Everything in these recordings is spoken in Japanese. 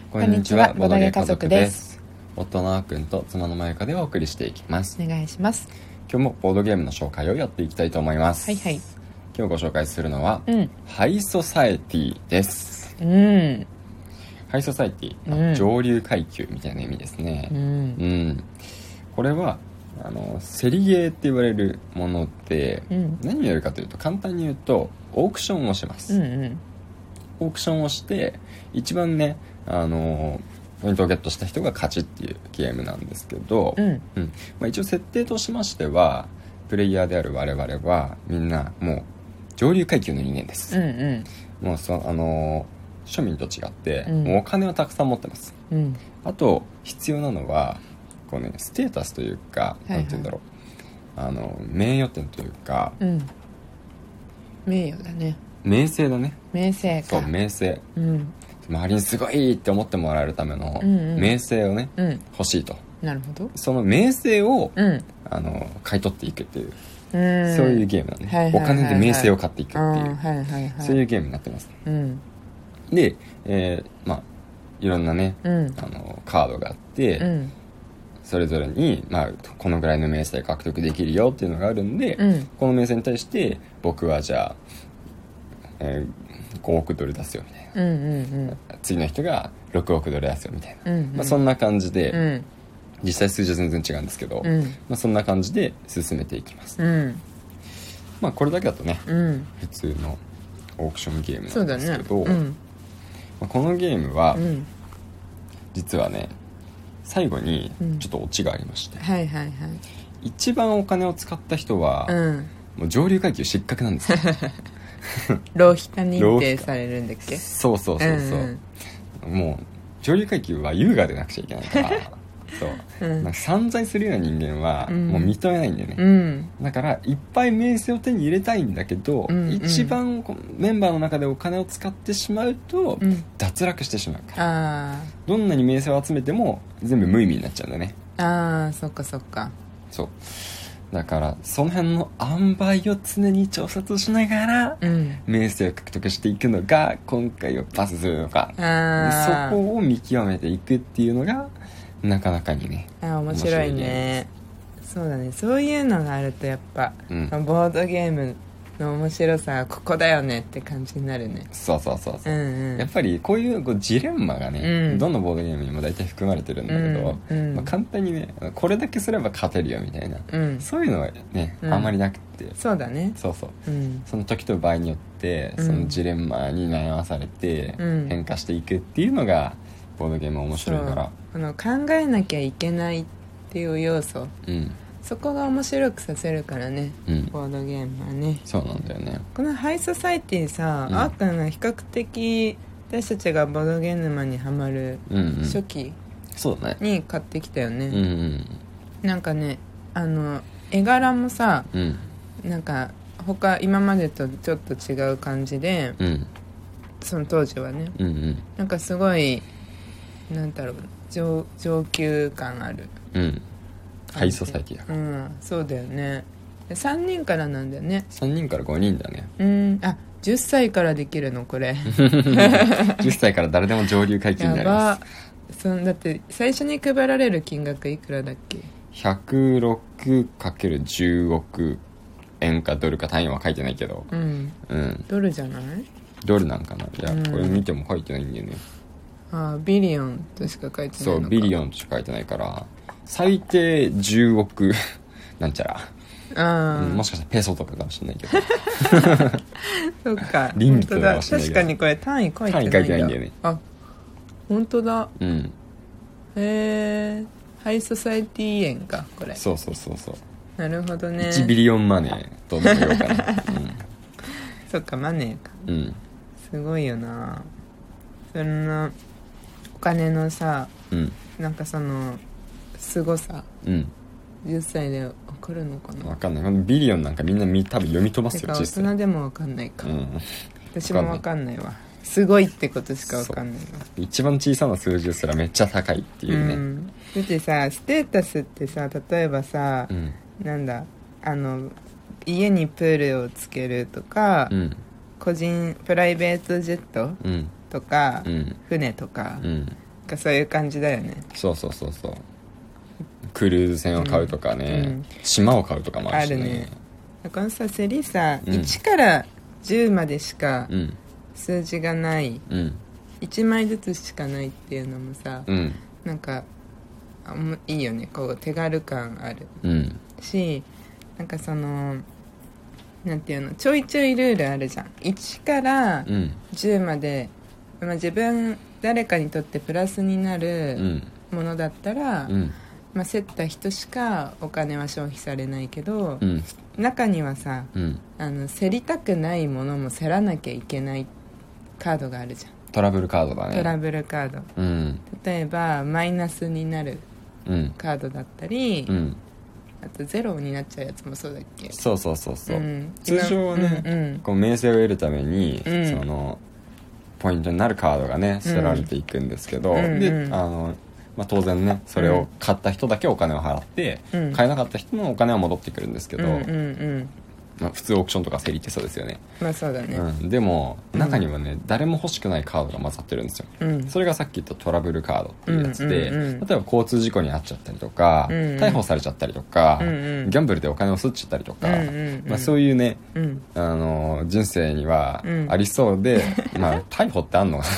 こんにちは、ボドゲ家族です。夫のあーくんと妻のまゆかでお送りしていきます。 お願いします。 今日もボードゲームの紹介をやっていきたいと思います。 はいはい。 今日ご紹介するのは、ハイソサエティです。ハイソサエティ、上流階級みたいな意味ですね。これはセリゲーって言われるもので、何をやるかというと、簡単に言うとオークションをします。オークションをして一番ね、ポイントをゲットした人が勝ちっていうゲームなんですけど、一応設定としましては、プレイヤーである我々はみんなもう上流階級の人間です。もう庶民と違って、もうお金をたくさん持ってます。あと必要なのはこう、ね、ステータスというか、なんて言うんだろう、名誉点というか、 名誉だね。 名声だね。 名声か。 そう、名声。周りにすごいって思ってもらえるための名声をね、欲しいと。 なるほど。 その名声を、買い取っていくっていう、そういうゲームなんで、お金で名声を買っていくっていう、そういうゲームになってます。で、いろんなね、カードがあって、それぞれに、このぐらいの名声獲得できるよっていうのがあるんで、この名声に対して僕はじゃあ、5億ドル出すよみたいな、次の人が6億ドル出すよみたいな、そんな感じで、実際数字は全然違うんですけど、そんな感じで進めていきます。これだけだとね、普通のオークションゲームなんですけど、このゲームは、実はね、最後にちょっとオチがありまして、一番お金を使った人は、もう上流階級失格なんですよ。 浪費家認定されるんだっけ。 そう、もう上流階級は優雅でなくちゃいけないからなんか散財するような人間はもう認めないんだよね。だからいっぱい名声を手に入れたいんだけど、一番メンバーの中でお金を使ってしまうと、脱落してしまうから、どんなに名声を集めても全部無意味になっちゃうんだね。 そっかそっか。 そうだからその辺の塩梅を常に調節しながら、名声を獲得していくのが今回はパスするのか、そこを見極めていくっていうのがなかなかにね、 面白いね。そうだね、そういうのがあるとやっぱ、ボードゲームの面白さはここだよねって感じになるね。 そう、やっぱりこういうジレンマがね、どのボードゲームにも大体含まれてるんだけど、簡単にね、これだけすれば勝てるよみたいな、そういうのはね、あんまりなくて、 そうだね。 その時と場合によってそのジレンマに悩まされて変化していくっていうのがボードゲーム面白いから、 考えなきゃいけないっていう要素、そこが面白くさせるからね、ボードゲームはね。 そうなんだよね。 このハイソサイティさ、あーくんが比較的私たちがボードゲーム沼にハマる初期に買ってきたよね。なんかね、絵柄もさ、なんか今までとちょっと違う感じで、その当時はね、なんかすごいなんだろう、上級感ある、 ハイソサイティだから、 そうだよね。3人からなんだよね。 3人から5人だね。 10歳からできるのこれ。 10歳から誰でも上流階級になります。 だって最初に配られる金額いくらだっけ。 106×10 億円かドルか単位は書いてないけど、 ドルじゃない？ ドルなんかな。いや、これ見ても書いてないんだよね。 ビリオンとしか書いてないのか。 そう、ビリオンとしか書いてないから、最低10億なんちゃら、もしかしたらペソとかかもしれないけど。 そっか、 リンギとかかもしれないけど、 確かにこれ単位書いてないんだ。 単位書いてないんだよね。 本当だ。ハイソサイティ円かこれ。 そう。 なるほどね。 1ビリオンマネーとでも言おうかな。 そっか、マネーか。すごいよな。そんなお金のさ、なんかその凄さ、10歳で分かるのかな。 分かんない。ビリオンなんかみんな多分読み飛ばすよ。 大人でも分かんないか、私も分かんないわ。すごいってことしか分かんないわ。 一番小さな数字すらめっちゃ高いっていうね、 だってさ、ステータスってさ、例えばさ、なんだ、家にプールをつけるとか、個人プライベートジェットとか、船とかかそういう感じだよね。 そうクルーズ船を買うとかね、島を買うとかもあるしね。あるね。 このさ競りさ、1から10までしか数字がない、1枚ずつしかないっていうのもさ、なんかいいよね。こう手軽感ある、し、なんかそのなんていうの、ちょいちょいルールあるじゃん。1から10まで、自分誰かにとってプラスになるものだったら、競った人しかお金は消費されないけど、中にはさ、競りたくないものも競らなきゃいけないカードがあるじゃん。 トラブルカードだね。 トラブルカード、例えばマイナスになるカードだったり、あとゼロになっちゃうやつもそうだっけ。 そう、通常はね、こう名声を得るために、そのポイントになるカードがね捨てられていくんですけど、で当然ねそれを買った人だけお金を払って、買えなかった人のお金は戻ってくるんですけど、普通オークションとか競りってそうですよね。 そうだね、 でも中にはね、誰も欲しくないカードが混ざってるんですよ、それがさっき言ったトラブルカードっていうやつで、例えば交通事故に遭っちゃったりとか、逮捕されちゃったりとか、ギャンブルでお金を吸っちゃったりとか、そういうね、人生にはありそうで、逮捕ってあんの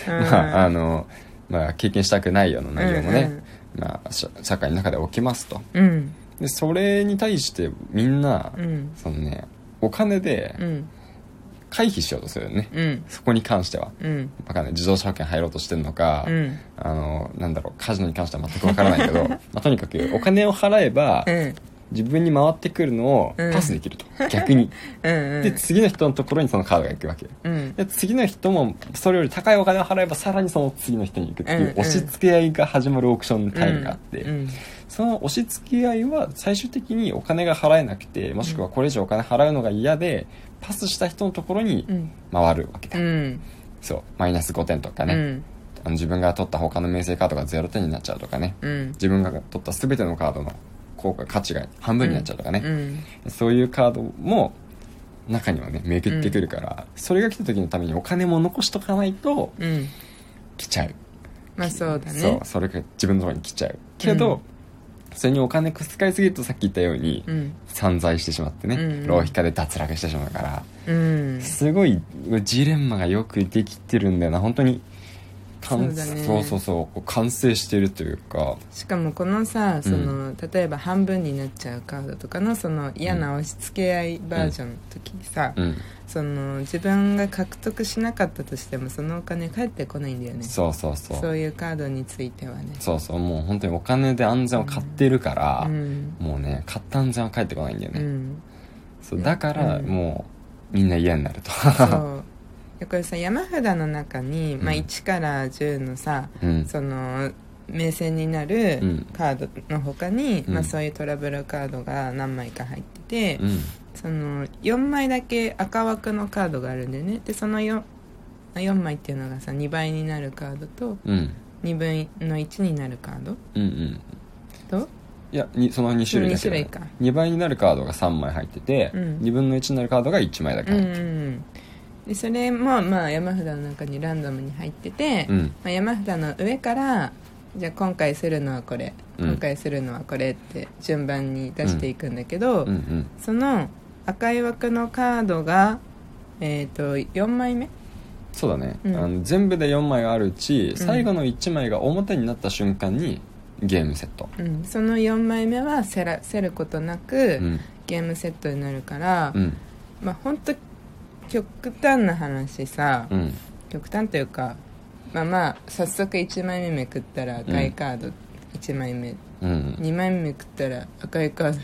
経験したくないような内容もね、社会の中で起きますと、でそれに対してみんな、そのね、お金で回避しようとするよね、そこに関しては、わかんない、自動車保険入ろうとしてるのか、なんだろう、カジノに関しては全くわからないけどとにかくお金を払えば、自分に回ってくるのをパスできると、逆にで次の人のところにそのカードが行くわけ、で次の人もそれより高いお金を払えばさらにその次の人に行くっていう、押し付け合いが始まるオークションタイムがあって、その押し付け合いは最終的にお金が払えなくて、もしくはこれ以上お金払うのが嫌でパスした人のところに回るわけだ、そう、マイナス5点とかね、自分が取った他の名声カードが0点になっちゃうとかね、自分が取った全てのカードの価値が半分になっちゃうとかね、そういうカードも中にはね巡ってくるから、それが来た時のためにお金も残しとかないと来ちゃう、 そうだね、 それが自分のところに来ちゃうけど、それにお金使いすぎるとさっき言ったように、散財してしまってね、浪費家で脱落してしまうから、すごいジレンマがよくできてるんだよな本当に。 そうだね、 そう完成してるというか、 しかもこのさ、例えば半分になっちゃうカードとかのその嫌な押し付け合いバージョンの時にさ、その自分が獲得しなかったとしてもそのお金返ってこないんだよね。そういうカードについてはね、 もう本当にお金で安全を買ってるから、もうね買った安全は返ってこないんだよね、そうだから、もうみんな嫌になるとそうこれさ、山札の中に、1から10のさ、その名戦になるカードの他に、そういうトラブルカードが何枚か入ってて、その4枚だけ赤枠のカードがあるんだよね。でその 4枚っていうのがさ、2倍になるカードと、2分の1になるカード、といやその2種類だけ、ね、2倍になるカードが3枚入ってて、2分の1になるカードが1枚だけ入ってる、 でそれも山札の中にランダムに入ってて、山札の上からじゃあ今回するのはこれ、今回するのはこれって順番に出していくんだけど、その赤い枠のカードが、4枚目、 そうだね、全部で4枚あるうち最後の1枚が表になった瞬間にゲームセット、 その4枚目は競ることなく、ゲームセットになるから、本当極端な話さ、極端というか、早速1枚目めくったら赤いカード1枚目、2枚目めくったら赤いカード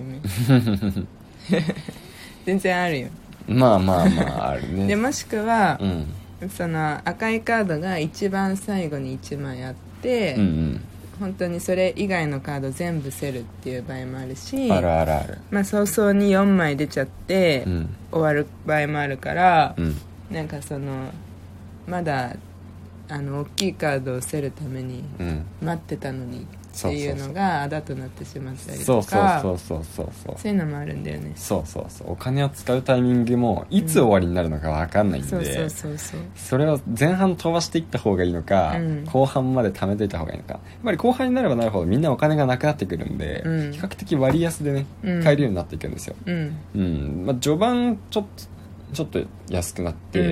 2枚目全然あるよ。 あるね。 でもしくは、その赤いカードが一番最後に1枚あって、本当にそれ以外のカード全部競るっていう場合もあるし、 ある早々に4枚出ちゃって、終わる場合もあるから、なんかそのまだ大きいカードを競るために待ってたのに、 っていうのがあだとなってしまったりとか、そういうのもあるんだよね。 そうお金を使うタイミングもいつ終わりになるのか分かんないんで、それを前半飛ばしていった方がいいのか、後半まで貯めていた方がいいのか。やっぱり後半になればなるほどみんなお金がなくなってくるんで、比較的割安でね買えるようになっていくんですよ。序盤ちょっと安くなって、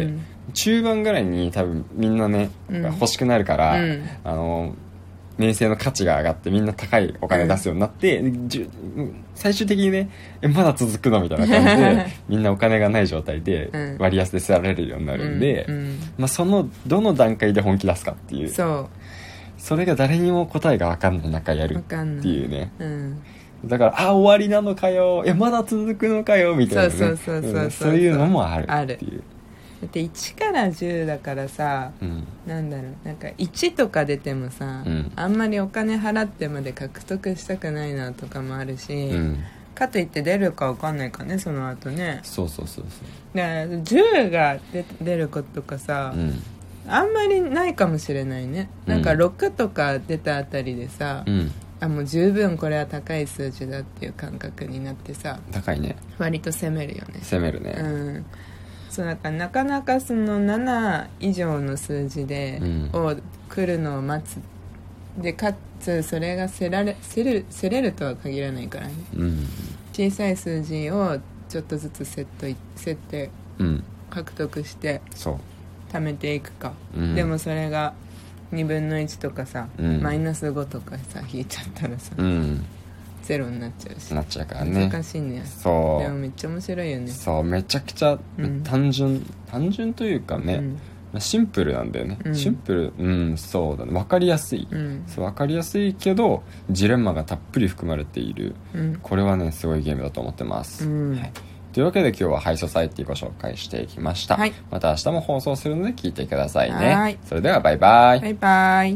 中盤ぐらいに多分みんなね、欲しくなるから、名声の価値が上がってみんな高いお金出すようになって、最終的にねまだ続くのみたいな感じでみんなお金がない状態で割安で捨てられるようになるんで、そのどの段階で本気出すかっていう、それが誰にも答えが分かんない中やるっていうね、だから終わりなのかよ、まだ続くのかよみたいなね、そういうのもあるっていう。 だって1から10だからさ、なんだろう、なんか1とか出てもさ、あんまりお金払ってまで獲得したくないなとかもあるし、かといって出るか分かんないかね、その後ね。 そうだから10が出ることかさ、あんまりないかもしれないね。なんか6とか出たあたりでさ、もう十分これは高い数字だっていう感覚になってさ、 高いね、 割と攻めるよね。 攻めるね。 そうだからなかなかその7以上の数字で、を来るのを待つで、かつそれが競れるとは限らないからね、小さい数字をちょっとずつ競って獲得して貯めていくか、でもそれが2分の1とかさ、マイナス5とかさ引いちゃったらさ、ゼロになっちゃうし、 なっちゃうからね、 難しいね。 そうでもめっちゃ面白いよね。 そう、めちゃくちゃ単純というかね、シンプルなんだよね、シンプル、そうだね、分かりやすい、そう分かりやすいけどジレンマがたっぷり含まれている、これはねすごいゲームだと思ってます、というわけで今日はハイソサイティご紹介していきました、また明日も放送するので聞いてくださいね。それではバイバイ。